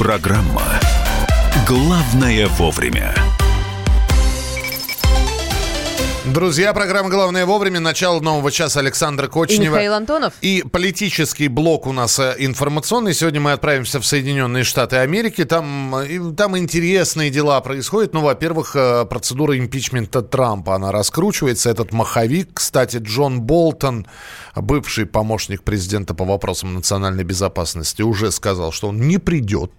Программа «Главное вовремя». Друзья, программа «Главное вовремя». Начало нового часа. Александр Кочнева. И Михаил Антонов. И политический блок у нас информационный. Сегодня мы отправимся в Соединенные Штаты Америки. Там интересные дела происходят. Ну, во-первых, процедура импичмента Трампа, она раскручивается. Этот маховик, кстати, Джон Болтон, бывший помощник президента по вопросам национальной безопасности, уже сказал, что он не придет.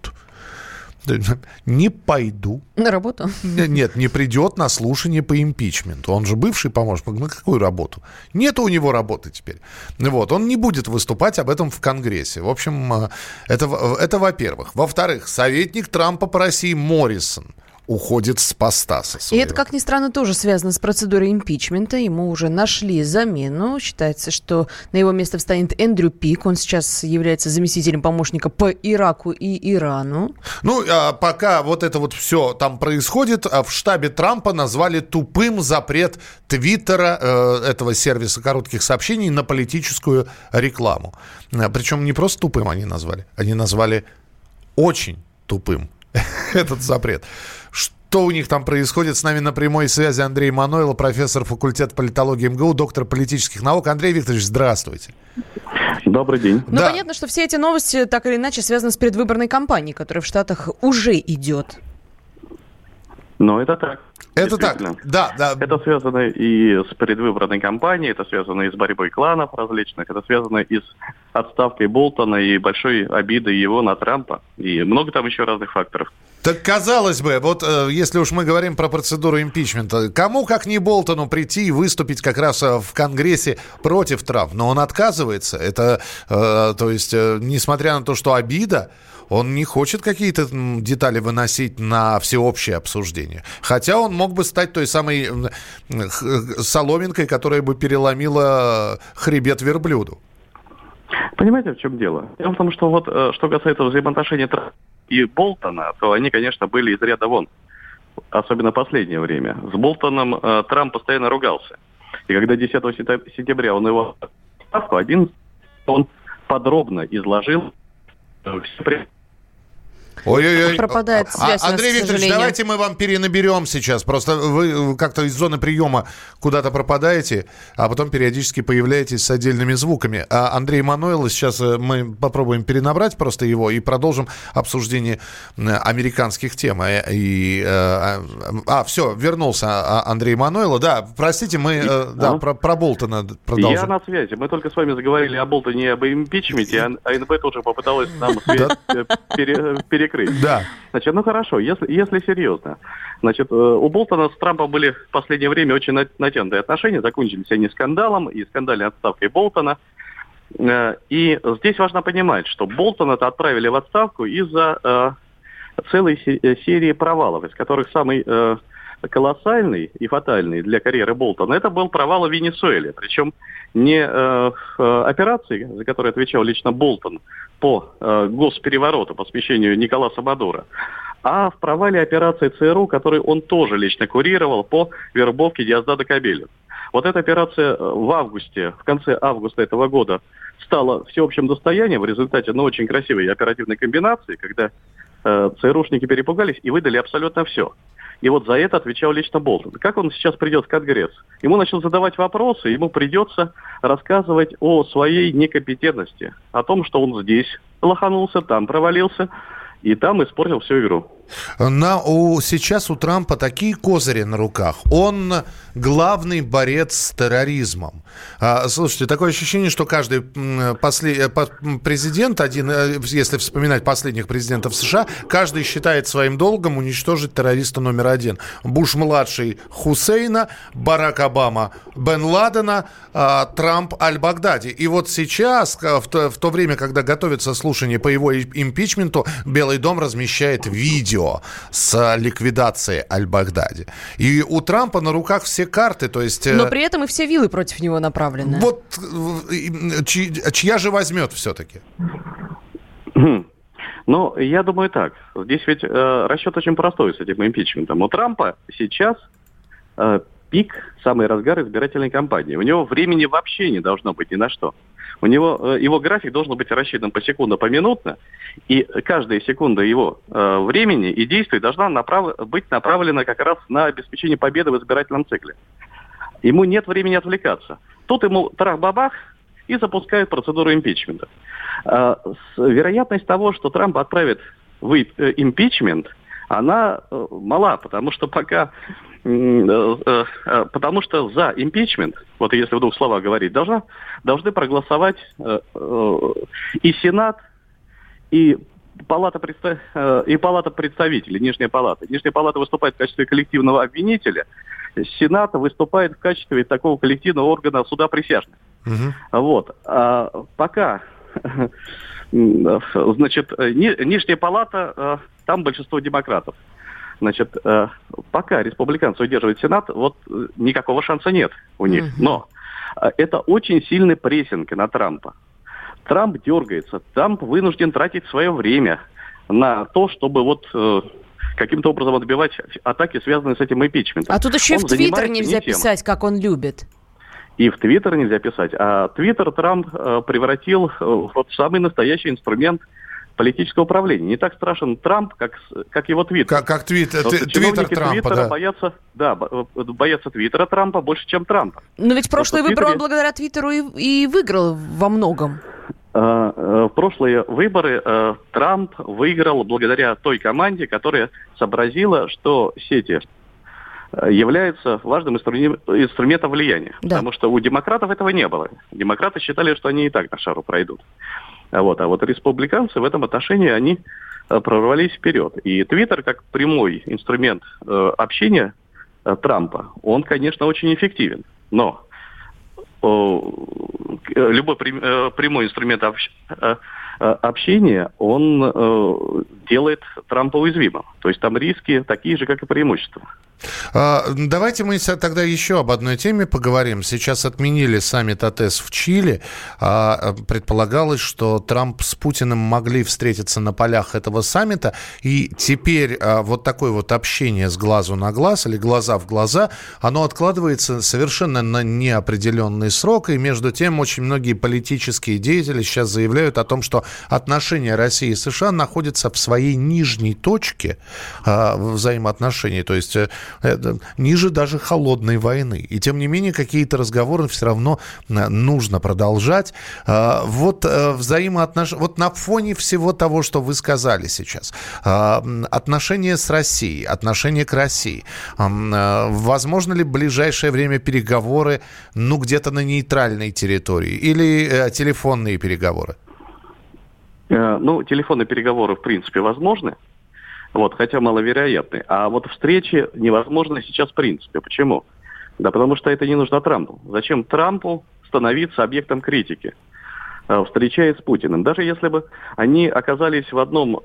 Не пойду. На работу? Нет, не придет на слушание по импичменту. Он же бывший помощник. На какую работу? Нет у него работы теперь. Вот. Он не будет выступать об этом в Конгрессе. В общем, это во-первых. Во-вторых, советник Трампа по России Моррисон уходит с поста со своего. И это, как ни странно, тоже связано с процедурой импичмента. Ему уже нашли замену. Считается, что на его место встанет Эндрю Пик. Он сейчас является заместителем помощника по Ираку и Ирану. Ну, а пока вот это вот все там происходит, в штабе Трампа назвали тупым запрет Твиттера, этого сервиса коротких сообщений, на политическую рекламу. Причем не просто тупым они назвали очень тупым этот запрет. Что у них там происходит? С нами на прямой связи Андрей Манойло, профессор факультета политологии МГУ, доктор политических наук. Андрей Викторович, здравствуйте. Добрый день. Ну, да. Понятно, что все эти новости так или иначе связаны с предвыборной кампанией, которая в Штатах уже идет. Но это так. Это так, да. Это связано и с предвыборной кампанией, это связано и с борьбой кланов различных, это связано и с отставкой Болтона, и большой обидой его на Трампа, и много там еще разных факторов. Так, казалось бы, вот если уж мы говорим про процедуру импичмента, кому, как не Болтону, прийти и выступить как раз в Конгрессе против Трампа? Но он отказывается. Это, то есть, несмотря на то, что обида, он не хочет какие-то детали выносить на всеобщее обсуждение. Хотя он мог бы стать той самой соломинкой, которая бы переломила хребет верблюду. Понимаете, в чем дело? Дело в том, что вот что касается взаимоотношений Трампа и Болтона, то они, конечно, были из ряда вон. Особенно в последнее время. С Болтоном Трамп постоянно ругался. И когда 10 сентября он его отставку, он подробно изложил все. Ой-ой-ой. Пропадает связь. Андрей Викторович, давайте мы вам перенаберем сейчас. Просто вы как-то из зоны приема куда-то пропадаете, а потом периодически появляетесь с отдельными звуками. А Андрей Манойло, сейчас мы попробуем перенабрать просто его и продолжим обсуждение американских тем. Все, вернулся Андрей Манойло. Да, простите, мы про Болтона продолжим. Я на связи. Мы только с вами заговорили о Болтоне и об импичменте, а АНБ тоже попыталась нам связь перекрыть. Да. Значит, ну хорошо, если серьезно. Значит, у Болтона с Трампом были в последнее время очень натянутые отношения, закончились они скандалом и скандальной отставкой Болтона. И здесь важно понимать, что Болтона-то отправили в отставку из-за целой серии провалов, из которых самый колоссальный и фатальный для карьеры Болтона, это был провал в Венесуэле. Причем не операции, за которые отвечал лично Болтон по госперевороту, по смещению Николаса Мадуро, а в провале операции ЦРУ, которую он тоже лично курировал по вербовке Диосдада Кабелю. Вот эта операция в конце августа этого года стала всеобщим достоянием в результате очень красивой оперативной комбинации, когда ЦРУшники перепугались и выдали абсолютно все. И вот за это отвечал лично Болтон. Как он сейчас придет в Конгресс? Ему начнут задавать вопросы, ему придется рассказывать о своей некомпетентности, о том, что он здесь лоханулся, там провалился и там испортил всю игру. Сейчас у Трампа такие козыри на руках. Он главный борец с терроризмом. Слушайте, такое ощущение, что каждый президент, если вспоминать последних президентов США, каждый считает своим долгом уничтожить террориста номер один. Буш-младший Хусейна, Барак Обама Бен Ладена, Трамп Аль-Багдади. И вот сейчас, в то время, когда готовится слушание по его импичменту, Белый дом размещает видео с ликвидацией Аль-Багдади. И у Трампа на руках все карты, то есть... Но при этом и все вилы против него направлены. Вот чья же возьмет все-таки? Ну, я думаю так. Здесь ведь расчет очень простой с этим импичментом. У Трампа сейчас пик, самый разгар избирательной кампании. У него времени вообще не должно быть ни на что. У него его график должен быть рассчитан посекундно, поминутно, и каждая секунда его времени и действий должна быть направлена как раз на обеспечение победы в избирательном цикле. Ему нет времени отвлекаться. Тут ему трах-бабах и запускают процедуру импичмента. Вероятность того, что Трамп отправит в импичмент, она мала, потому что за импичмент, вот если в двух словах говорить, должны проголосовать и Сенат, и Палата представителей, Нижняя Палата. Нижняя Палата выступает в качестве коллективного обвинителя, Сенат выступает в качестве такого коллективного органа суда присяжных. Вот. Пока, значит, Нижняя Палата, там большинство демократов. Значит, пока республиканцы удерживают Сенат, вот никакого шанса нет у них. Но это очень сильный прессинг на Трампа. Трамп дергается, Трамп вынужден тратить свое время на то, чтобы вот каким-то образом отбивать атаки, связанные с этим импичментом. А тут еще и в Твиттер нельзя писать, как он любит. И в Твиттер нельзя писать. А Твиттер Трамп превратил в самый настоящий инструмент политического управления. Не так страшен Трамп, как его Твиттер. Как Твиттер Трампа, да. Боятся Твиттера Трампа больше, чем Трампа. Но ведь прошлые выборы он благодаря Твиттеру и выиграл во многом. В прошлые выборы Трамп выиграл благодаря той команде, которая сообразила, что сети являются важным инструментом влияния. Да. Потому что у демократов этого не было. Демократы считали, что они и так на шару пройдут. А вот республиканцы в этом отношении, они прорвались вперед. И Твиттер, как прямой инструмент общения Трампа, он, конечно, очень эффективен. Но любой прямой инструмент общения, он делает Трампа уязвимым. То есть там риски такие же, как и преимущества. Давайте мы тогда еще об одной теме поговорим. Сейчас отменили саммит АТЭС в Чили. Предполагалось, что Трамп с Путиным могли встретиться на полях этого саммита. И теперь вот такое вот общение с глазу на глаз или глаза в глаза, оно откладывается совершенно на неопределенный срок. И между тем очень многие политические деятели сейчас заявляют о том, что отношения России и США находятся в своей нижней точке взаимоотношений. То есть ниже даже холодной войны. И тем не менее, какие-то разговоры все равно нужно продолжать. Вот взаимоотношения, вот на фоне всего того, что вы сказали сейчас, отношения с Россией, отношения к России, возможно ли в ближайшее время переговоры, где-то на нейтральной территории или телефонные переговоры? Телефонные переговоры, в принципе, возможны. Хотя маловероятны. А вот встречи невозможны сейчас в принципе. Почему? Да потому что это не нужно Трампу. Зачем Трампу становиться объектом критики, встречаясь с Путиным? Даже если бы они оказались в одном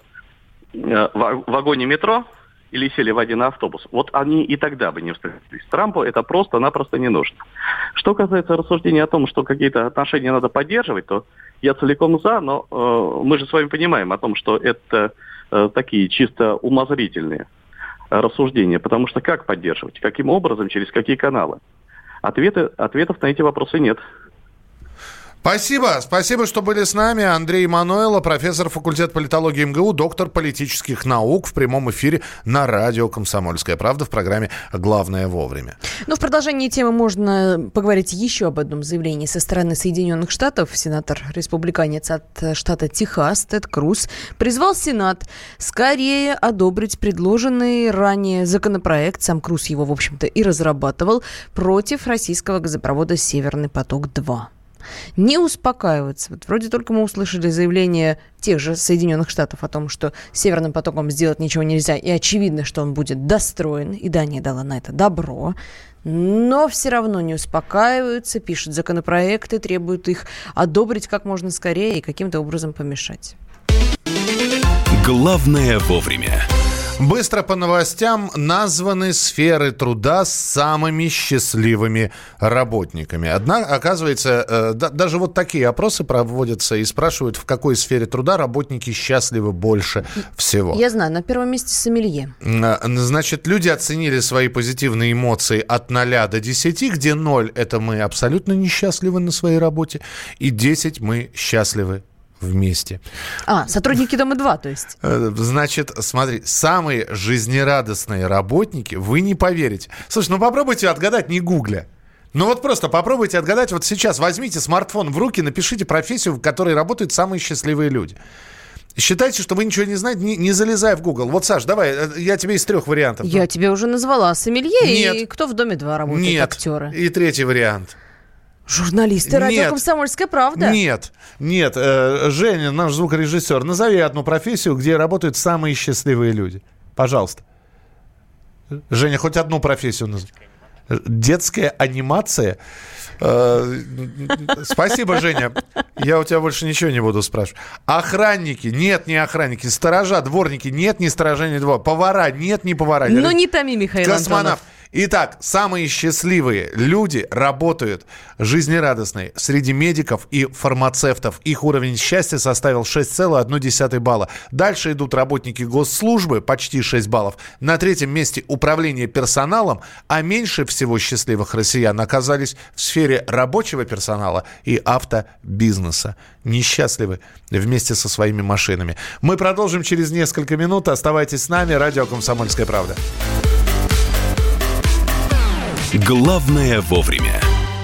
вагоне метро или сели в один автобус, вот они и тогда бы не встретились. Трампу это просто-напросто не нужно. Что касается рассуждения о том, что какие-то отношения надо поддерживать, то я целиком за, но мы же с вами понимаем о том, что это такие чисто умозрительные рассуждения, потому что как поддерживать, каким образом, через какие каналы? Ответов на эти вопросы нет. Спасибо, что были с нами. Андрей Мануэло, профессор факультета политологии МГУ, доктор политических наук, в прямом эфире на радио «Комсомольская правда» в программе «Главное вовремя». В продолжении темы можно поговорить еще об одном заявлении со стороны Соединенных Штатов. Сенатор-республиканец от штата Техас Тед Круз призвал Сенат скорее одобрить предложенный ранее законопроект, сам Круз его, в общем-то, и разрабатывал, против российского газопровода «Северный поток-2». Не успокаиваться. Вроде только мы услышали заявление тех же Соединенных Штатов о том, что Северным потоком сделать ничего нельзя, и очевидно, что он будет достроен, и Дания дала на это добро. Но все равно не успокаиваются, пишут законопроекты, требуют их одобрить как можно скорее и каким-то образом помешать. Главное вовремя. Быстро по новостям. Названы сферы труда с самыми счастливыми работниками. Однако, оказывается, даже вот такие опросы проводятся и спрашивают, в какой сфере труда работники счастливы больше всего. Я знаю, на первом месте сомелье. Значит, люди оценили свои позитивные эмоции от 0 до 10, где 0 – это мы абсолютно несчастливы на своей работе, и 10 – мы счастливы вместе. Сотрудники Дома-2, то есть. Значит, смотри, самые жизнерадостные работники, вы не поверите. Слушай, попробуйте отгадать, не гугля. Вот просто попробуйте отгадать. Вот сейчас возьмите смартфон в руки, напишите профессию, в которой работают самые счастливые люди. Считайте, что вы ничего не знаете, не залезай в Google. Вот, Саш, давай, я тебе из 3 вариантов. Я тебе уже назвала сомелье и кто в Доме-2 работает, актеры. И 3 вариант. Журналисты радио «Комсомольская правда». Нет. Женя, наш звукорежиссер, назови одну профессию, где работают самые счастливые люди. Пожалуйста. Женя, хоть одну профессию назови. Детская анимация. Спасибо, Женя. Я у тебя больше ничего не буду спрашивать. Охранники. Нет, не охранники. Сторожа, дворники. Нет, не сторожа, не двор. Повара. Нет, не повара. Ну, не томи, Михаил Антонов. Итак, самые счастливые люди работают жизнерадостные среди медиков и фармацевтов. Их уровень счастья составил 6,1 балла. Дальше идут работники госслужбы, почти 6 баллов. На 3-м месте управление персоналом, а меньше всего счастливых россиян оказались в сфере рабочего персонала и автобизнеса. Несчастливы вместе со своими машинами. Мы продолжим через несколько минут. Оставайтесь с нами. Радио «Комсомольская правда». Главное вовремя.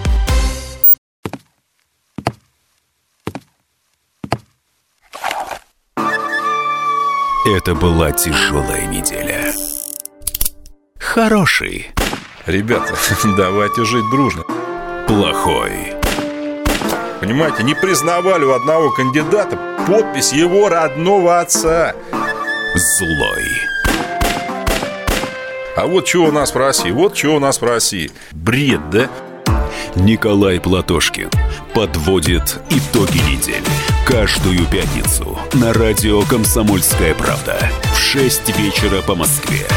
Это была тяжелая неделя. Хороший. Ребята, давайте жить дружно. Плохой. Понимаете, не признавали у одного кандидата подпись его родного отца. Злой. А вот что у нас в России, Бред, да? Николай Платошкин подводит итоги недели. Каждую пятницу на радио «Комсомольская правда» в 6 вечера по Москве.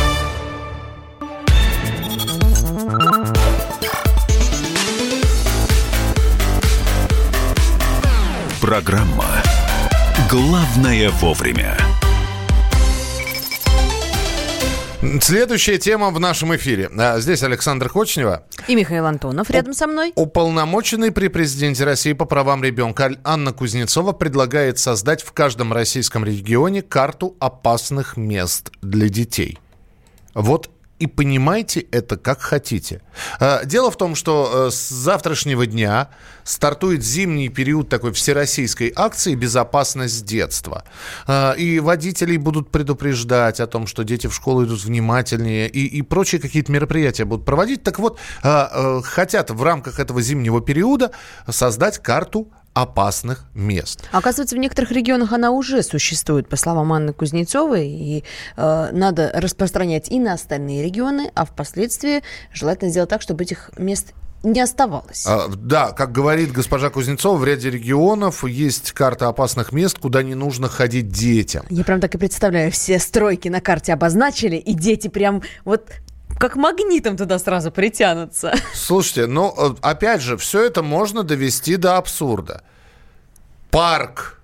Программа «Главное вовремя». Следующая тема в нашем эфире. Здесь Александр Кочнева. И Михаил Антонов рядом со мной. Уполномоченный при президенте России по правам ребенка Анна Кузнецова предлагает создать в каждом российском регионе карту опасных мест для детей. Вот и понимайте это как хотите. Дело в том, что с завтрашнего дня стартует зимний период такой всероссийской акции «Безопасность детства». И водителей будут предупреждать о том, что дети в школу идут внимательнее, и прочие какие-то мероприятия будут проводить. Так вот, хотят в рамках этого зимнего периода создать карту опасных мест. Оказывается, в некоторых регионах она уже существует, по словам Анны Кузнецовой, и надо распространять и на остальные регионы, а впоследствии желательно сделать так, чтобы этих мест не оставалось. Да, как говорит госпожа Кузнецова, в ряде регионов есть карта опасных мест, куда не нужно ходить детям. Я прям так и представляю, все стройки на карте обозначили, и дети прям вот как магнитом туда сразу притянутся. Слушайте, опять же, все это можно довести до абсурда. Парк,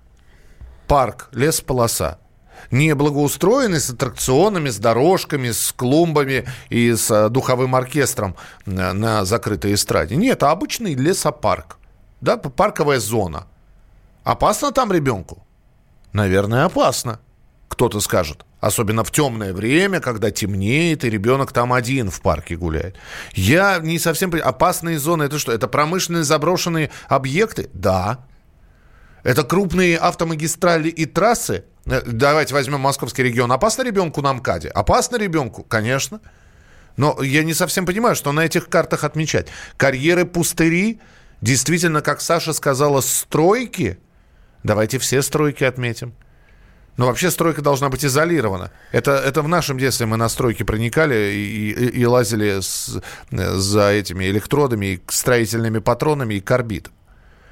лесополоса, не благоустроенный, с аттракционами, с дорожками, с клумбами и с духовым оркестром на закрытой эстраде. Нет, обычный лесопарк, да, парковая зона. Опасно там ребенку? Наверное, опасно. Кто-то скажет. Особенно в темное время, когда темнеет, и ребенок там один в парке гуляет. Я не совсем понимаю. Опасные зоны – это что? Это промышленные заброшенные объекты? Да. Это крупные автомагистрали и трассы? Давайте возьмем московский регион. Опасно ребенку на МКАДе? Опасно ребенку? Конечно. Но я не совсем понимаю, что на этих картах отмечать. Карьеры, пустыри? Действительно, как Саша сказала, стройки? Давайте все стройки отметим. Но вообще стройка должна быть изолирована. Это в нашем детстве мы на стройки проникали и лазили за этими электродами, и строительными патронами и карбидом.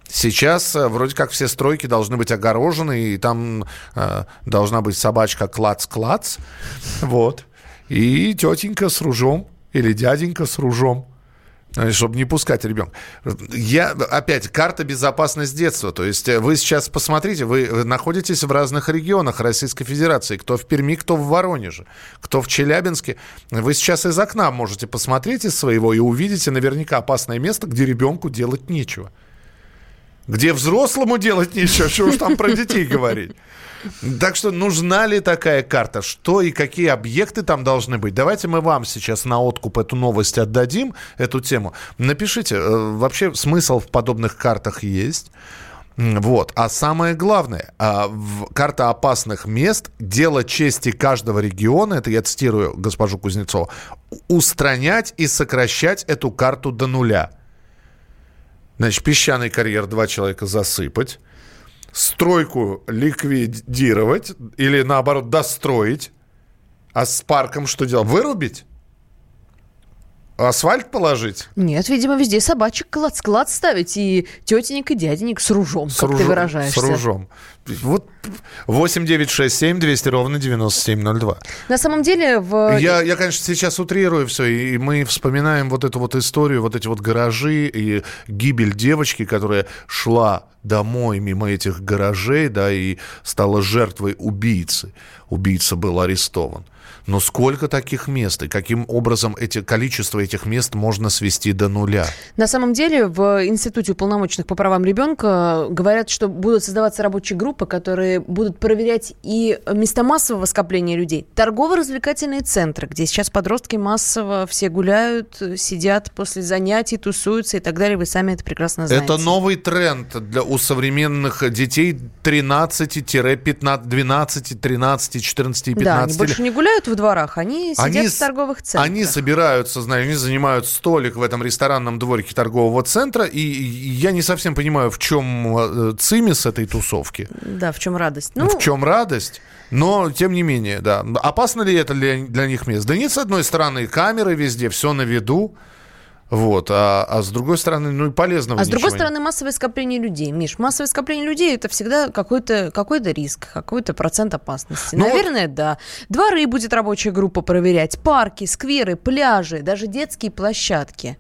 Сейчас вроде как все стройки должны быть огорожены, и там должна быть собачка клац-клац, вот, и тетенька с ружом или дяденька с ружом, чтобы не пускать ребенка. Опять, карта безопасности детства. То есть вы сейчас посмотрите, вы находитесь в разных регионах Российской Федерации. Кто в Перми, кто в Воронеже, кто в Челябинске. Вы сейчас из окна можете посмотреть из своего и увидите наверняка опасное место, где ребенку делать нечего. Где взрослому делать нечего, что уж там про детей говорить. Так что нужна ли такая карта? Что и какие объекты там должны быть? Давайте мы вам сейчас на откуп эту новость отдадим, эту тему. Напишите, вообще смысл в подобных картах есть. Вот. А самое главное, карта опасных мест, дело чести каждого региона, это я цитирую госпожу Кузнецову, устранять и сокращать эту карту до нуля. Значит, песчаный карьер 2 человека засыпать, стройку ликвидировать или, наоборот, достроить. А с парком что делать? Вырубить? Асфальт положить? Нет, видимо, везде собачек клац-клац ставить и тетенек, и дяденек с ружом, как ты выражаешься. С ружом. Вот 8-967-200-97-02. На самом деле... Я, конечно, сейчас утрирую все, и мы вспоминаем вот эту вот историю, вот эти вот гаражи и гибель девочки, которая шла домой мимо этих гаражей, да, и стала жертвой убийцы. Убийца был арестован. Но сколько таких мест, и каким образом количество этих мест можно свести до нуля? На самом деле в Институте уполномоченных по правам ребенка говорят, что будут создаваться рабочие группы, которые будут проверять и места массового скопления людей, торгово-развлекательные центры, где сейчас подростки массово все гуляют, сидят после занятий, тусуются и так далее. Вы сами это прекрасно знаете. Это новый тренд у современных детей 13-15, 12, 13, 14 и 15 Да, они лет. больше не гуляют в дворах, они сидят в торговых центрах. Они собираются, они занимают столик в этом ресторанном дворике торгового центра, и я не совсем понимаю, в чем цимис этой тусовки. Да, в чем радость. В чем радость, но тем не менее, да. Опасно ли это для них место? Да нет, с одной стороны, камеры везде, все на виду. Вот, а с другой стороны, и полезного. А с другой стороны, массовое скопление людей. Миш, массовое скопление людей — это всегда какой-то риск, какой-то процент опасности. Наверное, да. Дворы будет рабочая группа проверять, парки, скверы, пляжи, даже детские площадки.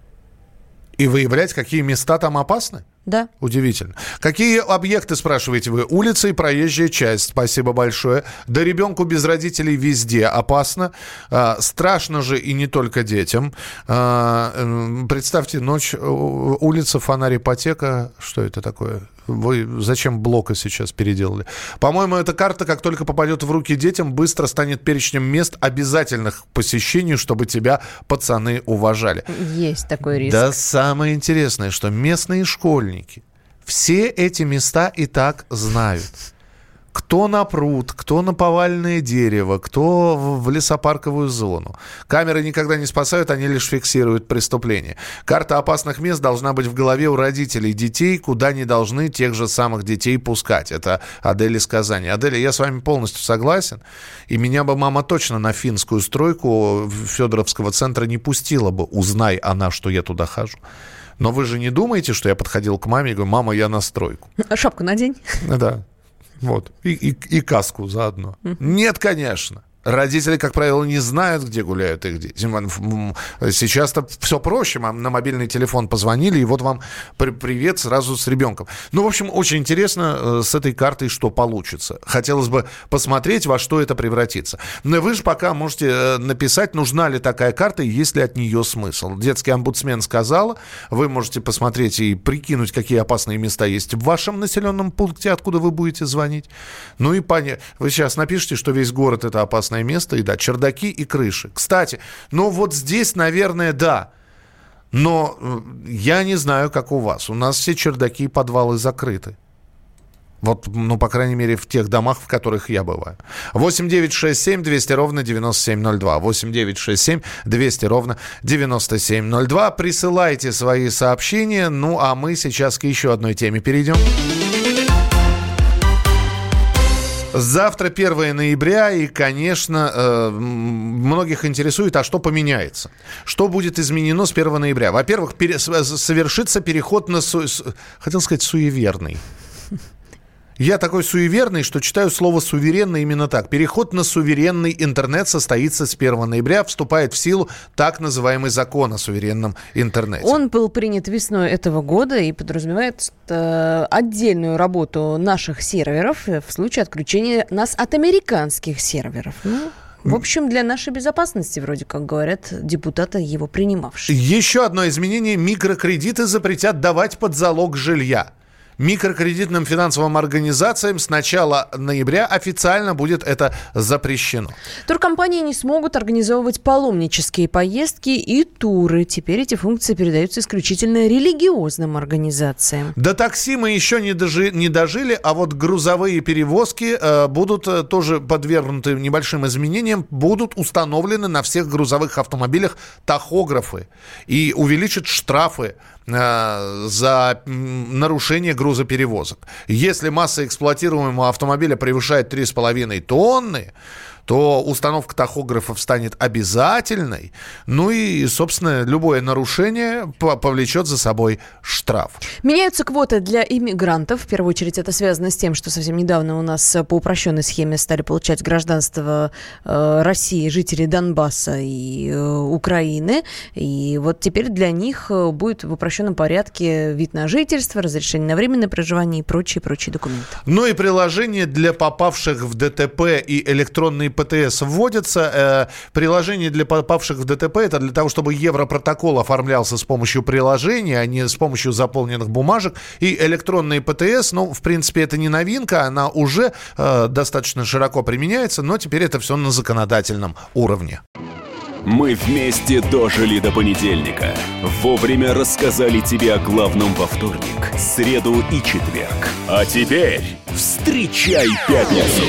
И выявлять, какие места там опасны? Да. Удивительно. Какие объекты, спрашиваете вы? Улица и проезжая часть. Спасибо большое. Да ребенку без родителей везде опасно. Страшно же и не только детям. Представьте, ночь, улица, фонарь, ипотека. Что это такое? Вы зачем блока сейчас переделали? По-моему, эта карта, как только попадет в руки детям, быстро станет перечнем мест обязательных к посещению, чтобы тебя пацаны уважали. Есть такой риск. Да, самое интересное, что местные школьники все эти места и так знают. Кто на пруд, кто на поваленное дерево, кто в лесопарковую зону. Камеры никогда не спасают, они лишь фиксируют преступление. Карта опасных мест должна быть в голове у родителей детей, куда не должны тех же самых детей пускать. Это Адель из Казани. Адель, я с вами полностью согласен. И меня бы мама точно на финскую стройку Федоровского центра не пустила бы, узнай она, что я туда хожу. Но вы же не думаете, что я подходил к маме и говорю: мама, я на стройку. Шапку надень. Да. Вот. И каску заодно. Нет, конечно. Родители, как правило, не знают, где гуляют их дети. Сейчас-то все проще. На мобильный телефон позвонили, и вот вам привет сразу с ребенком. Ну, в общем, очень интересно с этой картой, что получится. Хотелось бы посмотреть, во что это превратится. Но вы же пока можете написать, нужна ли такая карта и есть ли от нее смысл. Детский омбудсмен сказала. Вы можете посмотреть и прикинуть, какие опасные места есть в вашем населенном пункте, откуда вы будете звонить. Ну и вы сейчас напишите, что весь город — это опасное место, и да, чердаки и крыши. Кстати, вот здесь, наверное, да. Но я не знаю, как у вас. У нас все чердаки и подвалы закрыты. Вот, по крайней мере, в тех домах, в которых я бываю. 8-967-200-97-02. 8-967-200-97-02. Присылайте свои сообщения. Ну, а мы сейчас к еще одной теме перейдем. Завтра 1 ноября, и, конечно, многих интересует, а что поменяется? Что будет изменено с 1 ноября? Во-первых, совершится переход на, хотел сказать, суеверный. Я такой суеверный, что читаю слово «суверенный» именно так. Переход на суверенный интернет состоится с 1 ноября. Вступает в силу так называемый закон о суверенном интернете. Он был принят весной этого года и подразумевает отдельную работу наших серверов в случае отключения нас от американских серверов. В общем, для нашей безопасности, вроде как говорят депутаты, его принимавшие. Еще одно изменение. Микрокредиты запретят давать под залог жилья. Микрокредитным финансовым организациям с начала ноября официально будет это запрещено. Туркомпании не смогут организовывать паломнические поездки и туры. Теперь эти функции передаются исключительно религиозным организациям. До такси мы еще не дожили, а вот грузовые перевозки будут тоже подвергнуты небольшим изменениям. Будут установлены на всех грузовых автомобилях тахографы и увеличат штрафы за нарушение грузоперевозок. Если масса эксплуатируемого автомобиля превышает 3,5 тонны, то установка тахографов станет обязательной. Ну и, собственно, любое нарушение повлечет за собой штраф. Меняются квоты для иммигрантов. В первую очередь это связано с тем, что совсем недавно у нас по упрощенной схеме стали получать гражданство России жители Донбасса и Украины. И вот теперь для них будет в упрощенном порядке вид на жительство, разрешение на временное проживание и прочие документы. Ну и приложение для попавших в ДТП и электронные ПТС вводятся. Приложение для попавших в ДТП — это для того, чтобы Европротокол оформлялся с помощью приложения, а не с помощью заполненных бумажек. И электронные ПТС, ну, в принципе, это не новинка, она уже достаточно широко применяется, но теперь это все на законодательном уровне. Мы вместе дожили до понедельника. Вовремя рассказали тебе о главном во вторник, среду и четверг. А теперь встречай пятницу!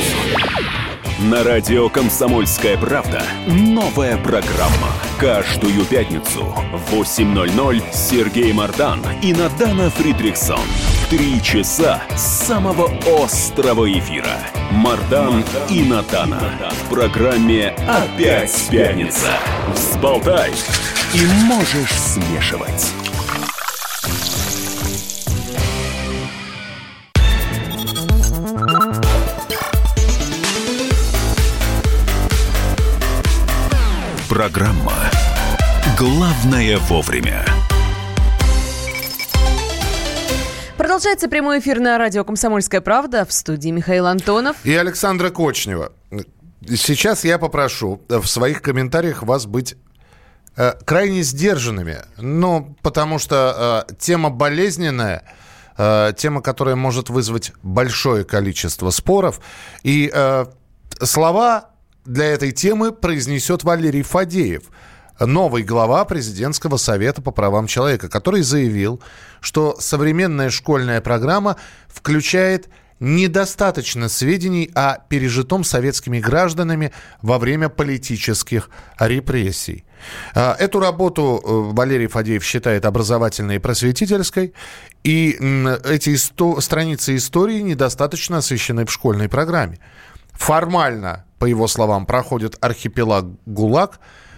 На радио «Комсомольская правда» новая программа. Каждую пятницу в 8:00 Сергей Мардан и Надана Фридрихсон. 3 часа самого острого эфира. Мардан и Надана. В программе «Опять пятница». Взболтай и можешь смешивать. Программа «Главное вовремя». Продолжается прямой эфир на радио «Комсомольская правда». В студии Михаил Антонов и Александра Кочнева. Сейчас я попрошу в своих комментариях вас быть крайне сдержанными. Ну, потому что тема болезненная, тема, которая может вызвать большое количество споров. И слова для этой темы произнесет Валерий Фадеев, новый глава Президентского совета по правам человека, который заявил, что современная школьная программа включает недостаточно сведений о пережитом советскими гражданами во время политических репрессий. Эту работу Валерий Фадеев считает образовательной и просветительской, и эти страницы истории недостаточно освещены в школьной программе. Формально, по его словам, проходит архипелаг ГУЛАГ,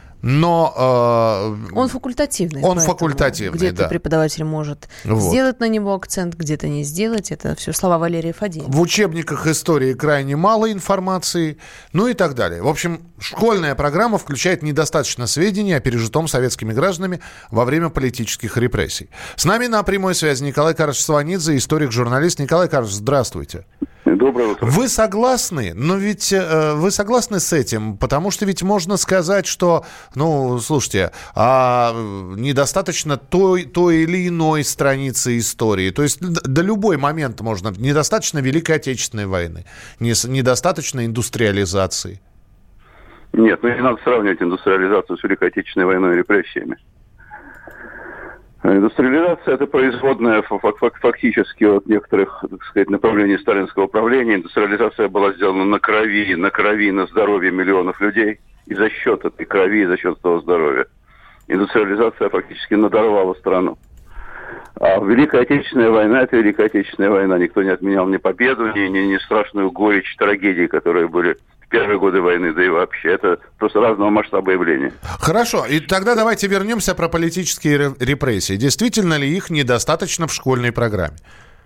но... он факультативный. Он факультативный, где-то да. Преподаватель может сделать на него акцент, где-то не сделать. Это все слова Валерия Фадеева. В учебниках истории крайне мало информации, ну и так далее. В общем, школьная программа включает недостаточно сведений о пережитом советскими гражданами во время политических репрессий. С нами на прямой связи Николай Карлович Сванидзе, историк-журналист. Николай Карлович, здравствуйте. Доброе утро. Вы согласны? Но ведь вы согласны с этим? Потому что ведь можно сказать, что, ну, слушайте, недостаточно той или иной страницы истории. То есть до любой момент можно. Недостаточно Великой Отечественной войны, недостаточно индустриализации. Нет, ну не надо сравнивать индустриализацию с Великой Отечественной войной и репрессиями. Индустриализация – это производная фактически от некоторых, так сказать, направлений сталинского правления. Индустриализация была сделана на крови, на здоровье миллионов людей. И за счет этой крови, и за счет этого здоровья. Индустриализация фактически надорвала страну. А Великая Отечественная война – это Великая Отечественная война. Никто не отменял ни победу, ни страшную горечь, трагедии, которые были в первые годы войны, да и вообще. Это просто разного масштаба явления. Хорошо, и тогда давайте вернемся про политические репрессии. Действительно ли их недостаточно в школьной программе?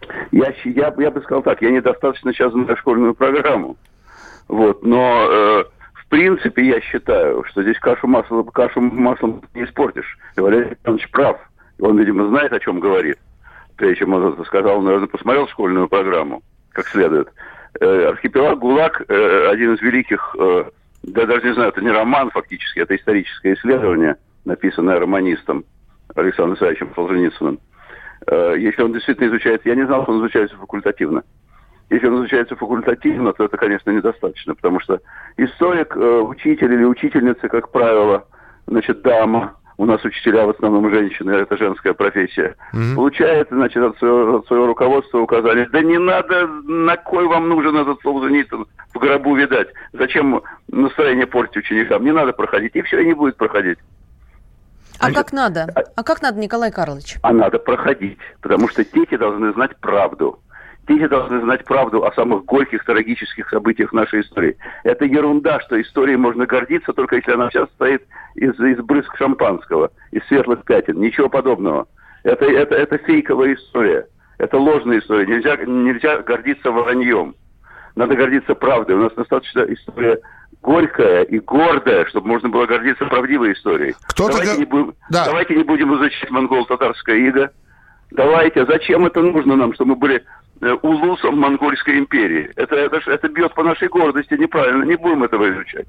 Я бы сказал так, я недостаточно сейчас знаю школьную программу. Вот, но в принципе я считаю, что здесь кашу маслом не испортишь. И Валерий Александрович прав. Он, видимо, знает, о чем говорит. Прежде чем он это сказал, он, наверное, посмотрел школьную программу как следует. Архипелаг ГУЛАГ один из великих, да даже не знаю, это не роман фактически, это историческое исследование, написанное романистом Александром Исаевичем Солженицыным. Если он действительно изучается, я не знал, что он изучается факультативно. Если он изучается факультативно, то это, конечно, недостаточно, потому что историк, учитель или учительница, как правило, значит, дама, у нас учителя в основном женщины, это женская профессия, получает, значит, от своего руководства указание, да не надо, на кой вам нужен этот Солженицын в гробу видать, зачем настроение портить ученикам, не надо проходить, и все, и не будет проходить. А как надо? А как надо, Николай Карлович? А надо проходить, потому что дети должны знать правду. Дети должны знать правду о самых горьких, трагических событиях нашей истории. Это ерунда, что историей можно гордиться, только если она вся состоит из брызг шампанского, из светлых пятен. Ничего подобного. Это фейковая история. Это ложная история. Нельзя гордиться враньем. Надо гордиться правдой. У нас достаточно история горькая и гордая, чтобы можно было гордиться правдивой историей. Давайте не будем изучать монголо-татарское иго. Давайте. Зачем это нужно нам, чтобы мы были улусом Монгольской империи? Это бьет по нашей гордости неправильно. Не будем этого изучать.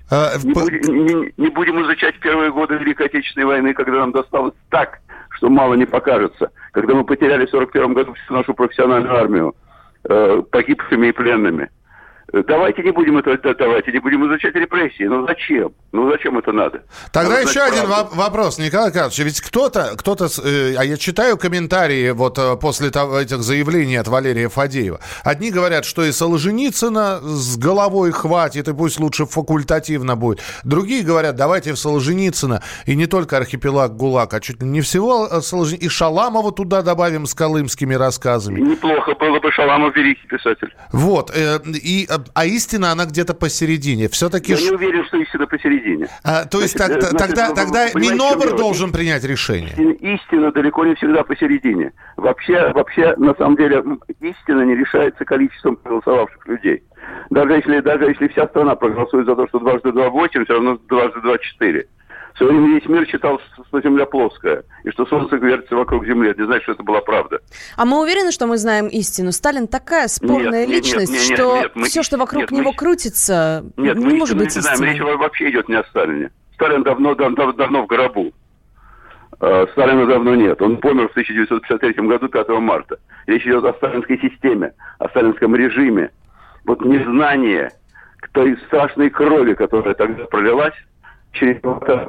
Не будем изучать первые годы Великой Отечественной войны, когда нам досталось так, что мало не покажется. Когда мы потеряли в 1941 году всю нашу профессиональную армию погибшими и пленными. Давайте не будем изучать репрессии. Ну зачем это надо? Тогда еще один вопрос, Николай Карлович. Ведь кто-то, а я читаю комментарии вот после этих заявлений от Валерия Фадеева. Одни говорят, что и Солженицына с головой хватит, и пусть лучше факультативно будет. Другие говорят, давайте в Солженицына, и не только архипелаг ГУЛАГ, а чуть ли не всего Солженицына, и Шаламова туда добавим с колымскими рассказами. Неплохо было бы, Шаламов великий писатель. Вот, а истина, она где-то посередине. Все-таки... Я не уверен, что истина посередине. То есть тогда Минобр должен принять решение? Истина далеко не всегда посередине. Вообще, на самом деле, истина не решается количеством проголосовавших людей. Даже если вся страна проголосует за то, что 2 × 2 = 8, все равно 2 × 2 = 4. В свое время весь мир считал, что Земля плоская, и что Солнце вертится вокруг Земли. Это не значит, что это была правда. А мы уверены, что мы знаем истину? Сталин такая спорная личность, что все, что вокруг него крутится, не может быть истиной. Речь вообще идет не о Сталине. Сталин давно в гробу. Сталина давно нет. Он помер в 1953 году, 5 марта. Речь идет о сталинской системе, о сталинском режиме. Вот незнание той страшной крови, которая тогда пролилась, через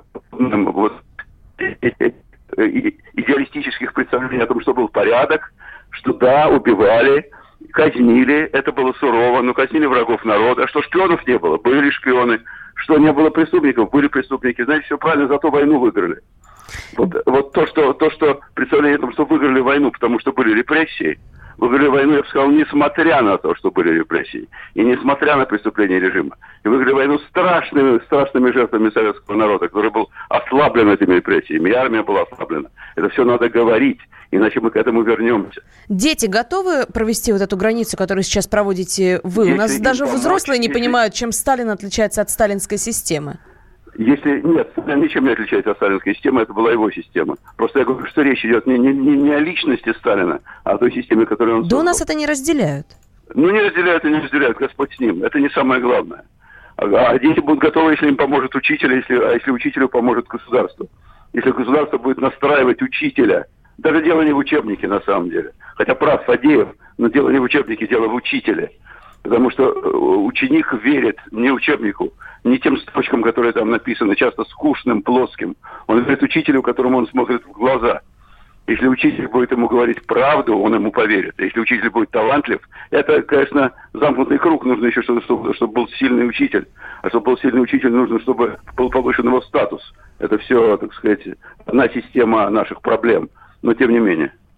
идеалистических представлений о том, что был порядок, что да, убивали, казнили, это было сурово, но казнили врагов народа. Что шпионов не было? Были шпионы. Что не было преступников? Были преступники. Знаете, все правильно, зато войну выиграли. Вот то, что представление о том, что выиграли войну, потому что были репрессии, выиграли войну, я бы сказал, несмотря на то, что были репрессии, и несмотря на преступления режима. И выиграли войну страшными жертвами советского народа, который был ослаблен этими репрессиями, и армия была ослаблена. Это все надо говорить, иначе мы к этому вернемся. Дети готовы провести вот эту границу, которую сейчас проводите вы? У нас даже взрослые не понимают, чем Сталин отличается от сталинской системы. Нет, Сталин ничем не отличается от сталинской системы, это была его система. Просто я говорю, что речь идет не о личности Сталина, а о той системе, которую он создал. Да у нас это не разделяют. Не разделяют, Господь с ним. Это не самое главное. А дети будут готовы, если им поможет учитель, если учителю поможет государство. Если государство будет настраивать учителя. Даже дело не в учебнике, на самом деле. Хотя прав Фадеев, но дело не в учебнике, дело в учителе. Потому что ученик верит не учебнику, не тем строчкам, которые там написаны, часто скучным, плоским. Он верит учителю, которому он смотрит в глаза. Если учитель будет ему говорить правду, он ему поверит. Если учитель будет талантлив, это, конечно, замкнутый круг. Нужно еще, чтобы был сильный учитель. А чтобы был сильный учитель, нужно, чтобы был повышен его статус. Это все, так сказать, одна система наших проблем. Но тем не менее.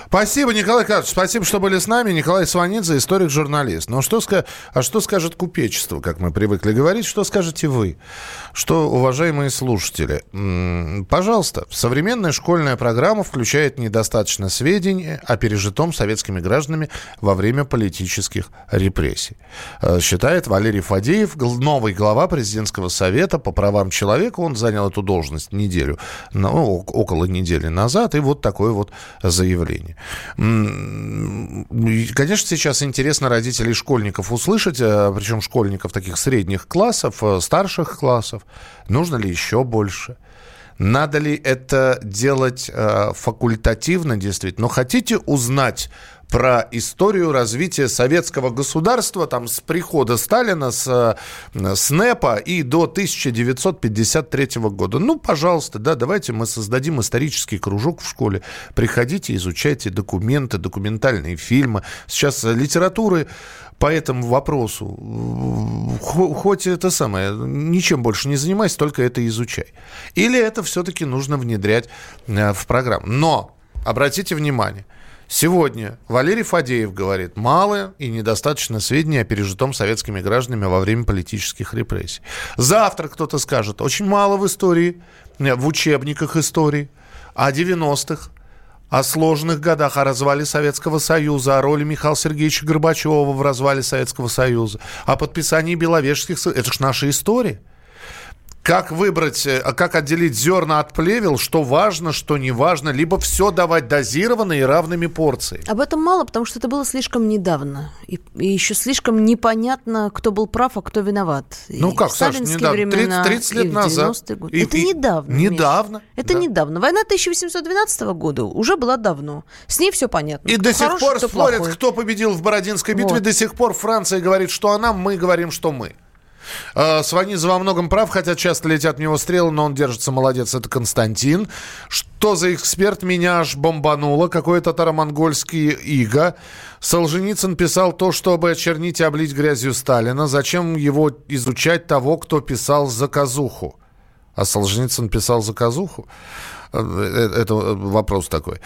Спасибо, Николай Карлович, спасибо, что были с нами. Николай Сванидзе, историк-журналист. Ну, что скажет купечество, как мы привыкли говорить? Что скажете вы? Что, уважаемые слушатели? Пожалуйста, современная школьная программа включает недостаточно сведений о пережитом советскими гражданами во время политических репрессий. Считает Валерий Фадеев, новый глава президентского совета по правам человека. Он занял эту должность около недели назад. И вот такое вот заявление. Конечно, сейчас интересно родителей школьников услышать, причем школьников таких средних классов, старших классов. Нужно ли еще больше? Надо ли это делать факультативно, действительно? Но хотите узнать про историю развития советского государства там, с прихода Сталина, с НЭПа и до 1953 года? Ну, пожалуйста, да, давайте мы создадим исторический кружок в школе. Приходите, изучайте документы, документальные фильмы. Сейчас литературы по этому вопросу, хоть это самое, ничем больше не занимайся, только это изучай. Или это все-таки нужно внедрять в программу. Но, обратите внимание, сегодня Валерий Фадеев говорит, мало и недостаточно сведений о пережитом советскими гражданами во время политических репрессий. Завтра кто-то скажет, очень мало в истории, в учебниках истории, о 90-х, о сложных годах, о развале Советского Союза, о роли Михаила Сергеевича Горбачева в развале Советского Союза, о подписании Беловежских соглашений. Это же наша история. Как выбрать, как отделить зерна от плевел, что важно, что не важно, либо все давать дозированно и равными порциями. Об этом мало, потому что это было слишком недавно. И еще слишком непонятно, кто был прав, а кто виноват. Ну и как, Саша, недавно? 30 лет назад. Это недавно. Недавно. Это недавно. Война 1812 года уже была давно. С ней все понятно. И до сих пор спорят, кто победил в Бородинской битве. Вот. До сих пор Франция говорит, что она, мы говорим, что мы. Сванидзе во многом прав, хотя часто летят в него стрелы, но он держится, молодец, это Константин. Что за эксперт, меня аж бомбануло, какой татаро-монгольский иго. Солженицын писал то, чтобы очернить и облить грязью Сталина. Зачем его изучать того, кто писал заказуху? А Солженицын писал заказуху? Это вопрос такой.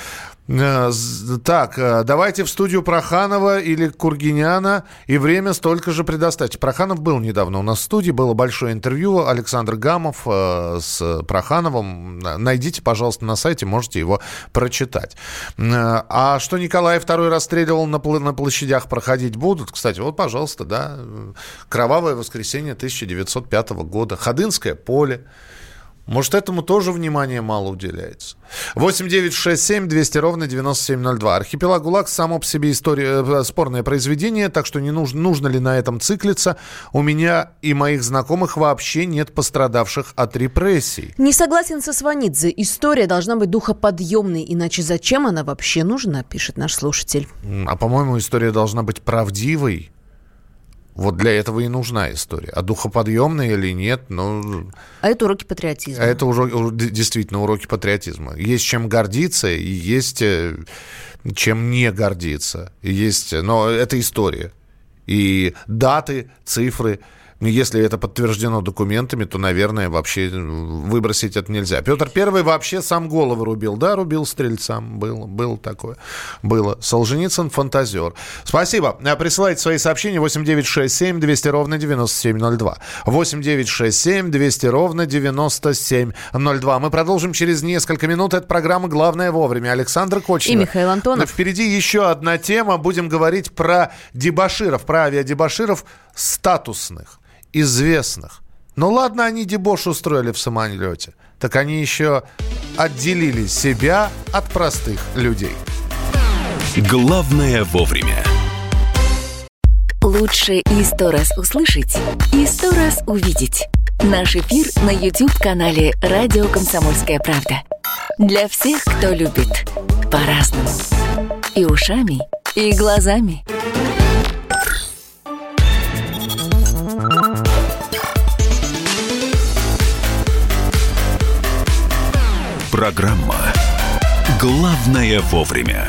Так, давайте в студию Проханова или Кургиняна, и время столько же предоставьте. Проханов был недавно у нас в студии, было большое интервью, Александр Гамов с Прохановым. Найдите, пожалуйста, на сайте, можете его прочитать. А что Николай II расстреливал на площадях, проходить будут? Кстати, вот, пожалуйста, да, Кровавое воскресенье 1905 года, Ходынское поле. Может, этому тоже внимания мало уделяется. 8-967-200-97-02. «Архипелаг ГУЛАГ» само по себе спорное произведение, так что не нужно ли на этом циклиться. У меня и моих знакомых вообще нет пострадавших от репрессий. Не согласен со Сванидзе. История должна быть духоподъемной, иначе зачем она вообще нужна, пишет наш слушатель. А, по-моему, история должна быть правдивой. Вот для этого и нужна история. А духоподъемная или нет, ну... А это уроки патриотизма. А это уже действительно уроки патриотизма. Есть чем гордиться и есть чем не гордиться. Но это история. И даты, цифры... Если это подтверждено документами, то, наверное, вообще выбросить это нельзя. Петр I вообще сам головы рубил. Да, рубил стрельцам. Было такое. Было. Солженицын фантазер. Спасибо. Присылайте свои сообщения 8-967-200-97-02. 8-967-200-97-02. Мы продолжим через несколько минут. Это программа «Главное вовремя». Александр Кочнев. И Михаил Антонов. Впереди еще одна тема. Будем говорить про дебоширов, про авиадебоширов статусных, известных. Ну ладно, они дебош устроили в самолете. Так они еще отделили себя от простых людей. Главное вовремя. Лучше и 100 раз услышать, и 100 раз увидеть. Наш эфир на YouTube-канале «Радио Комсомольская правда». Для всех, кто любит по-разному. И ушами, и глазами. Программа «Главное вовремя».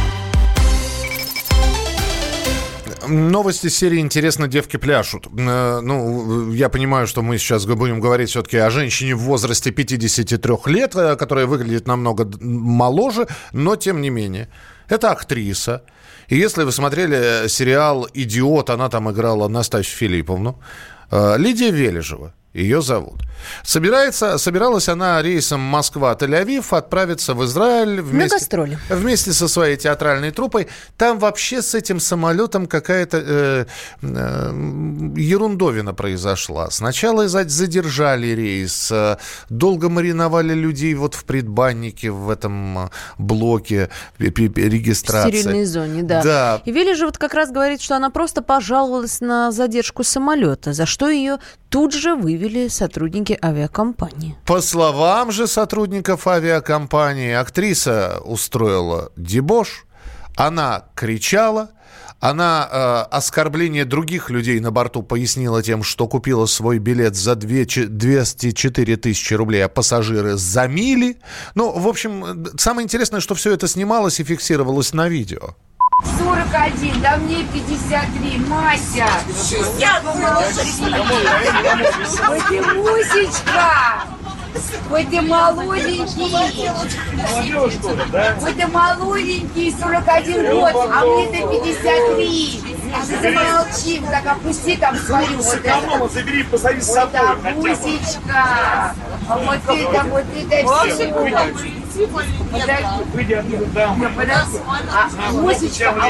Новости серии «Интересно, девки пляшут». Ну, я понимаю, что мы сейчас будем говорить все-таки о женщине в возрасте 53 лет, которая выглядит намного моложе, но тем не менее. Это актриса. И если вы смотрели сериал «Идиот», она там играла Настасью Филипповну. Лидия Вележева. Ее зовут. Собиралась она рейсом Москва-Тель-Авив отправиться в Израиль вместе со своей театральной труппой. Там вообще с этим самолетом какая-то ерундовина произошла. Сначала задержали рейс, долго мариновали людей вот в предбаннике, в этом блоке регистрации. В стерильной зоне, да. И Вележева вот как раз говорит, что она просто пожаловалась на задержку самолета, за что ее тут же вывели сотрудники авиакомпании. По словам же сотрудников авиакомпании, актриса устроила дебош, она кричала, она оскорбление других людей на борту пояснила тем, что купила свой билет за 204 тысячи рублей, а пассажиры за мили. Ну, в общем, самое интересное, что все это снималось и фиксировалось на видео. 41, да мне 53, Мася! Я Ой, ты Мусечка! Ой, ты молоденький! Ой, ты молоденький, 41 год, а мне-то 53! Замолчи, так опусти там свою вот это. Мама, забери, позови с собой. Да, Мусечка! А вот это все. Выйди оттуда, да. Мусечка, а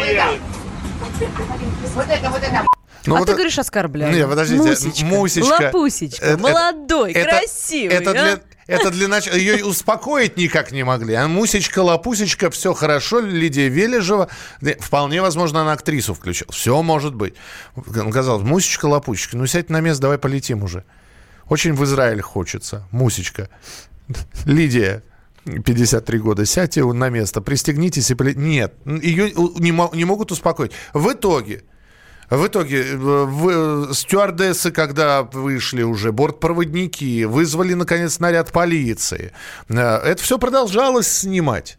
вот это. Ну, ты говоришь оскорбляю. Не, подождите. Мусечка. Лапусечка. Молодой, красивый. Это для начала. Ее успокоить никак не могли. А Мусечка, Лапусечка, все хорошо. Лидия Вележева. Вполне возможно, она актрису включила. Все может быть. Казалось, Мусечка, Лапусечка. Ну, сядь на место, давай полетим уже. Очень в Израиль хочется. Мусечка. Лидия. 53 года. Сядьте на место, пристегнитесь и полетите. Нет, ее не могут успокоить. В итоге стюардессы, когда вышли уже, бортпроводники, вызвали, наконец, наряд полиции. Это все продолжалось снимать.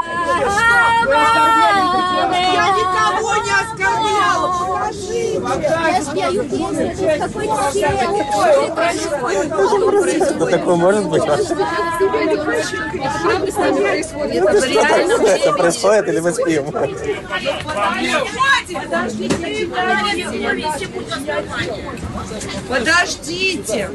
Я никого не оскорбляла, покажи. Что такое может быть? Это происходит или мы спим? Подождите,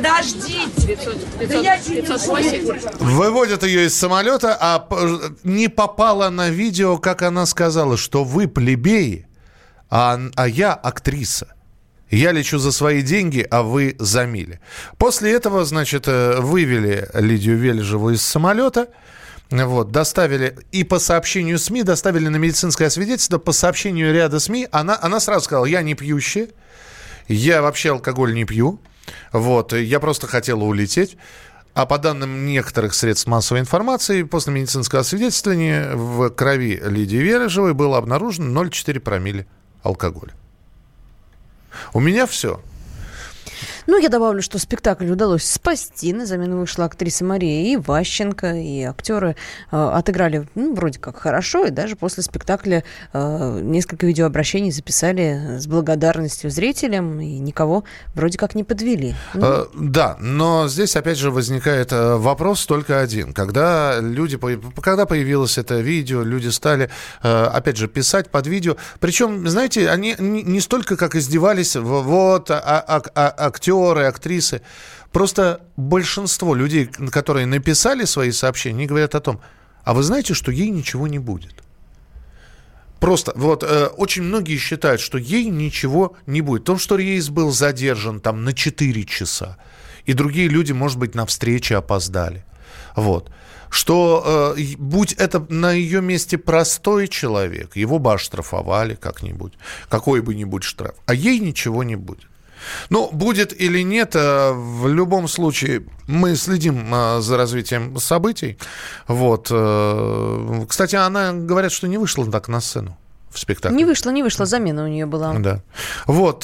Да я чуть Выводят ее из самолета, а не попала на видео, как она сказала, что вы плебеи, а я актриса. Я лечу за свои деньги, а вы за мили. После этого, значит, вывели Лидию Вележеву из самолета, вот, доставили, и по сообщению СМИ, доставили на медицинское освидетельство. По сообщению ряда СМИ, она сразу сказала: я не пьющая, я вообще алкоголь не пью, вот, я просто хотела улететь. А по данным некоторых средств массовой информации, после медицинского освидетельствования в крови Лидии Вележевой было обнаружено 0,4 промилле алкоголя. У меня все. Ну, я добавлю, что спектакль удалось спасти. На замену вышла актриса Мария Иващенко, и актеры отыграли, вроде как хорошо, и даже после спектакля несколько видеообращений записали с благодарностью зрителям, и никого вроде как не подвели. Да, но здесь опять же возникает вопрос только один. Когда появилось это видео, люди стали, опять же, писать под видео. Причем, знаете, они не столько как издевались, вот, актеры, актрисы. Просто большинство людей, которые написали свои сообщения, они говорят о том: а вы знаете, что ей ничего не будет? Просто вот очень многие считают, что ей ничего не будет. В том, что рейс был задержан там на 4 часа, и другие люди, может быть, на встрече опоздали. Вот. Что будь это на ее месте простой человек, его бы оштрафовали как-нибудь, какой бы нибудь штраф, а ей ничего не будет. Ну, будет или нет, в любом случае мы следим за развитием событий. Вот. Кстати, она, говорят, что не вышла так на сцену в спектакле. Не вышла, замена у нее была. Да. Вот.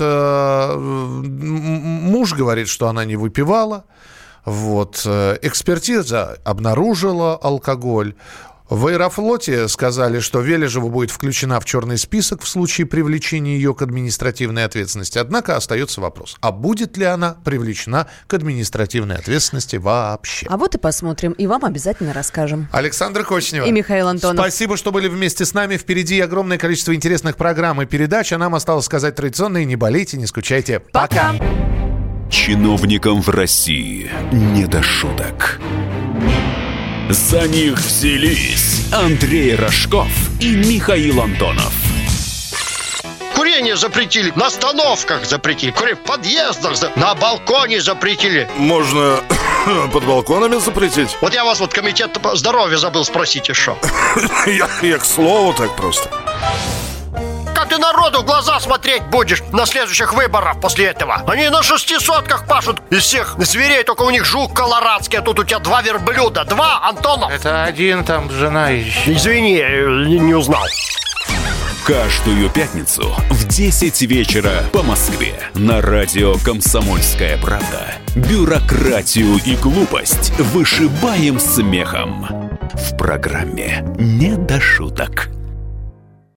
Муж говорит, что она не выпивала. Вот. Экспертиза обнаружила алкоголь. В Аэрофлоте сказали, что Вележева будет включена в черный список в случае привлечения ее к административной ответственности. Однако остается вопрос, а будет ли она привлечена к административной ответственности вообще? А вот и посмотрим, и вам обязательно расскажем. Александра Кочнева и Михаил Антонов. Спасибо, что были вместе с нами. Впереди огромное количество интересных программ и передач, а нам осталось сказать традиционное: не болейте, не скучайте. Пока! Чиновникам в России не до шуток. За них взялись Андрей Рожков и Михаил Антонов. Курение запретили, на остановках запретили, курение в подъездах, на балконе запретили. Можно под балконами запретить? Вот я вас комитет здоровья забыл спросить еще. Я к слову так просто. Как ты народу в глаза смотреть будешь на следующих выборах после этого? Они на 600-ках пашут из всех зверей, только у них жук колорадский, а тут у тебя 2 верблюда. 2, Антонов. Это один, там жена еще. Извини, не узнал. Каждую пятницу в 10 вечера по Москве на радио «Комсомольская правда». Бюрократию и глупость вышибаем смехом. В программе «Не до шуток».